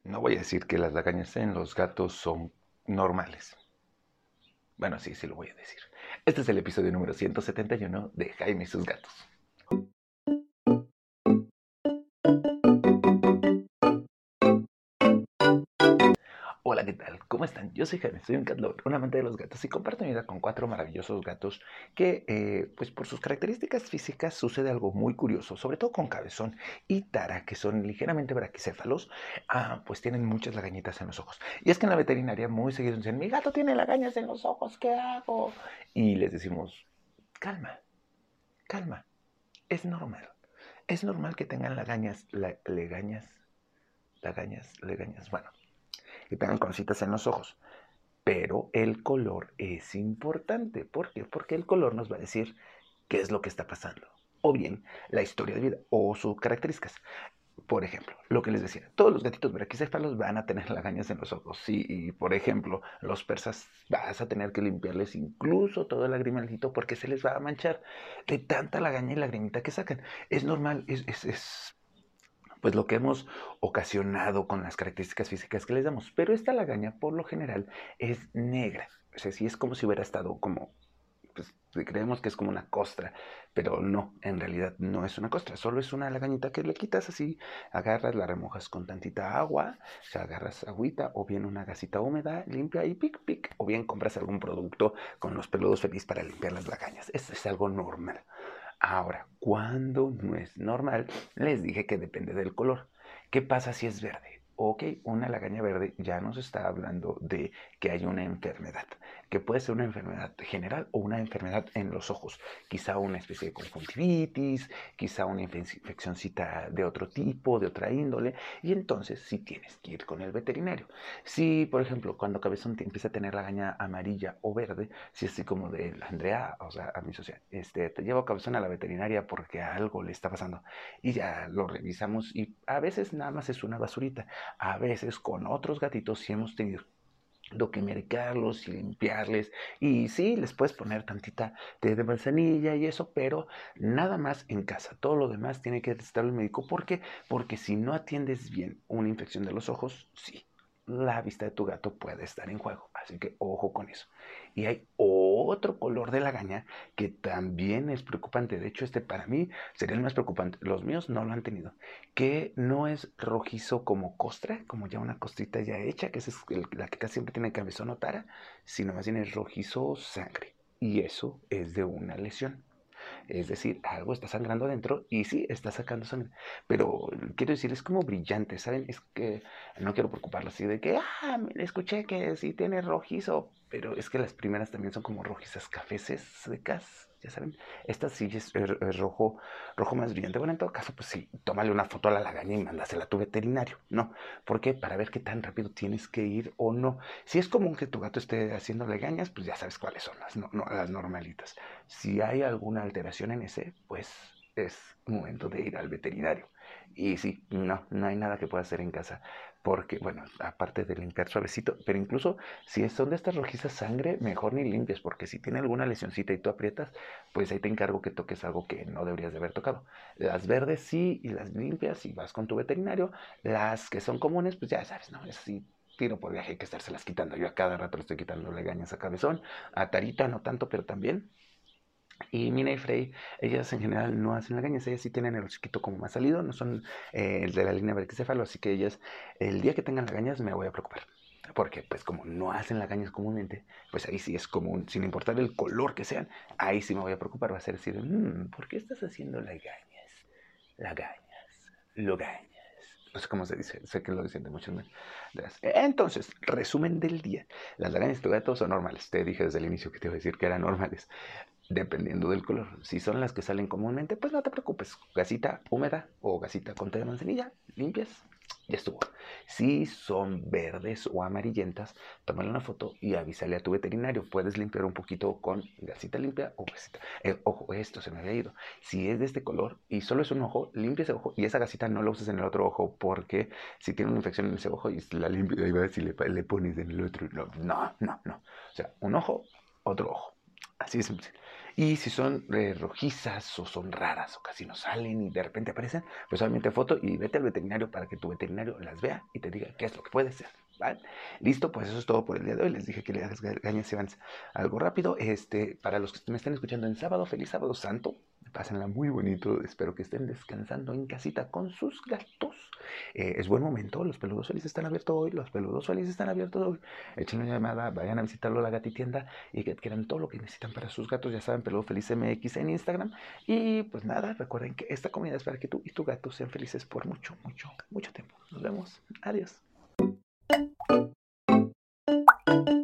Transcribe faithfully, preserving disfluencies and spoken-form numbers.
No voy a decir que las lagañas en los gatos son normales. Bueno, sí, sí lo voy a decir. Este es el episodio número ciento setenta y uno de Jaime y sus gatos. Hola, ¿qué tal? ¿Cómo están? Yo soy Jaime, soy un cat lover, un amante de los gatos y comparto mi vida con cuatro maravillosos gatos que, eh, pues por sus características físicas sucede algo muy curioso, sobre todo con Cabezón y Tara, que son ligeramente braquicéfalos, ah, pues tienen muchas lagañitas en los ojos. Y es que en la veterinaria muy seguido dicen, mi gato tiene lagañas en los ojos, ¿qué hago? Y les decimos, calma, calma, es normal. Es normal que tengan lagañas, la, legañas, lagañas, legañas, bueno, que tengan cositas en los ojos. Pero el color es importante. ¿Por qué? Porque el color nos va a decir qué es lo que está pasando. O bien la historia de vida o sus características. Por ejemplo, lo que les decía, todos los gatitos braquicéfalos van a tener lagañas en los ojos. Sí, y por ejemplo, los persas vas a tener que limpiarles incluso todo el lagrimalito porque se les va a manchar de tanta lagaña y lagrimita que sacan. Es normal, es, es, es pues lo que hemos ocasionado con las características físicas que les damos. Pero esta lagaña, por lo general, es negra. O sea, sí es como si hubiera estado como, pues creemos que es como una costra, pero no, en realidad no es una costra, solo es una lagañita que le quitas así, agarras, la remojas con tantita agua, o sea, agarras agüita o bien una gasita húmeda, limpia y pic, pic, o bien compras algún producto con los peludos feliz para limpiar las lagañas. Eso es algo normal. Ahora, cuando no es normal, les dije que depende del color. ¿Qué pasa si es verde? Ok, una lagaña verde ya nos está hablando de que hay una enfermedad, que puede ser una enfermedad general o una enfermedad en los ojos, quizá una especie de conjuntivitis, quizá una infeccióncita de otro tipo, de otra índole, y entonces sí tienes que ir con el veterinario. Si, por ejemplo, cuando Cabezón te empieza a tener lagaña amarilla o verde, si es así como de Andrea, o sea, a mi socia, este, te llevo a Cabezón a la veterinaria porque algo le está pasando y ya lo revisamos y a veces nada más es una basurita, a veces con otros gatitos sí hemos tenido que medicarlos y limpiarles y sí, les puedes poner tantita té de manzanilla y eso, pero nada más en casa, todo lo demás tiene que estar el médico. ¿Por qué? Porque si no atiendes bien una infección de los ojos, sí, la vista de tu gato puede estar en juego, así que ojo con eso. Y hay otro color de lagaña que también es preocupante, de hecho este para mí sería el más preocupante, los míos no lo han tenido, que no es rojizo como costra, como ya una costrita ya hecha, que es el, la que casi siempre tiene Cabezón o Tara, sino más bien es rojizo sangre. Y eso es de una lesión. Es decir, algo está sangrando adentro y sí, está sacando sangre. Pero quiero decir, es como brillante, ¿saben? Es que no quiero preocuparlo así de que, ah, escuché que sí tiene rojizo, pero es que las primeras también son como rojizas cafeces secas, ya saben. Esta sí es, es, es rojo, rojo más brillante. Bueno, en todo caso, pues sí, tómale una foto a la lagaña y mándasela a tu veterinario, ¿no? ¿Por qué? Para ver qué tan rápido tienes que ir o no. Si es común que tu gato esté haciendo legañas, pues ya sabes cuáles son las, no, no, las normalitas. Si hay alguna alteración en ese, pues es momento de ir al veterinario. Y sí, no, no hay nada que pueda hacer en casa, porque, bueno, aparte de limpiar suavecito, pero incluso si son de estas rojizas sangre, mejor ni limpies, porque si tiene alguna lesioncita y tú aprietas, pues ahí te encargo que toques algo que no deberías de haber tocado. Las verdes sí, y las limpias y vas con tu veterinario. Las que son comunes, pues ya sabes, ¿no? Es así, tiro por viaje, hay que estárselas quitando. Yo a cada rato le estoy quitando legañas a Cabezón, a Tarita no tanto, pero también. Y Mina y Frey, ellas en general no hacen lagañas, ellas sí tienen el chiquito como más salido, no son eh, el de la línea braquicéfalo, así que ellas, el día que tengan lagañas me voy a preocupar. Porque pues como no hacen lagañas comúnmente, pues ahí sí es común, sin importar el color que sean, ahí sí me voy a preocupar, va a ser así de, mmm, ¿por qué estás haciendo lagañas? Lagañas, logañas. No sé cómo se dice, sé que lo dicen de muchas maneras. Entonces, resumen del día. Las lagañas de tu gato son normales. Te dije desde el inicio que te iba a decir que eran normales dependiendo del color. Si son las que salen comúnmente, pues no te preocupes. Gasita húmeda o gasita con té de manzanilla, limpias, ya estuvo. Si son verdes o amarillentas, tómale una foto y avísale a tu veterinario. Puedes limpiar un poquito con gasita limpia o gasita. Eh, ojo, esto se me había ido. Si es de este color y solo es un ojo, limpia ese ojo y esa gasita no la uses en el otro ojo porque si tiene una infección en ese ojo y la limpias y vas y le, le pones en el otro. No, no, no, no. O sea, un ojo, otro ojo. Así de simple. Y si son eh, rojizas o son raras o casi no salen y de repente aparecen, pues obviamente foto y vete al veterinario para que tu veterinario las vea y te diga qué es lo que puede ser. ¿Vale? Listo, pues eso es todo por el día de hoy. Les dije que les gañes Evans algo rápido. Este, para los que me estén escuchando en sábado, feliz sábado santo. Pásenla muy bonito. Espero que estén descansando en casita con sus gatos. Eh, es buen momento. Los peludos felices están abiertos hoy. Los peludos felices están abiertos hoy. Échenle una llamada, vayan a visitarlo a la gatitienda y que adquieran todo lo que necesitan para sus gatos. Ya saben, Peludo Feliz M X en Instagram. Y pues nada, recuerden que esta comunidad es para que tú y tu gato sean felices por mucho, mucho, mucho tiempo. Nos vemos. Adiós.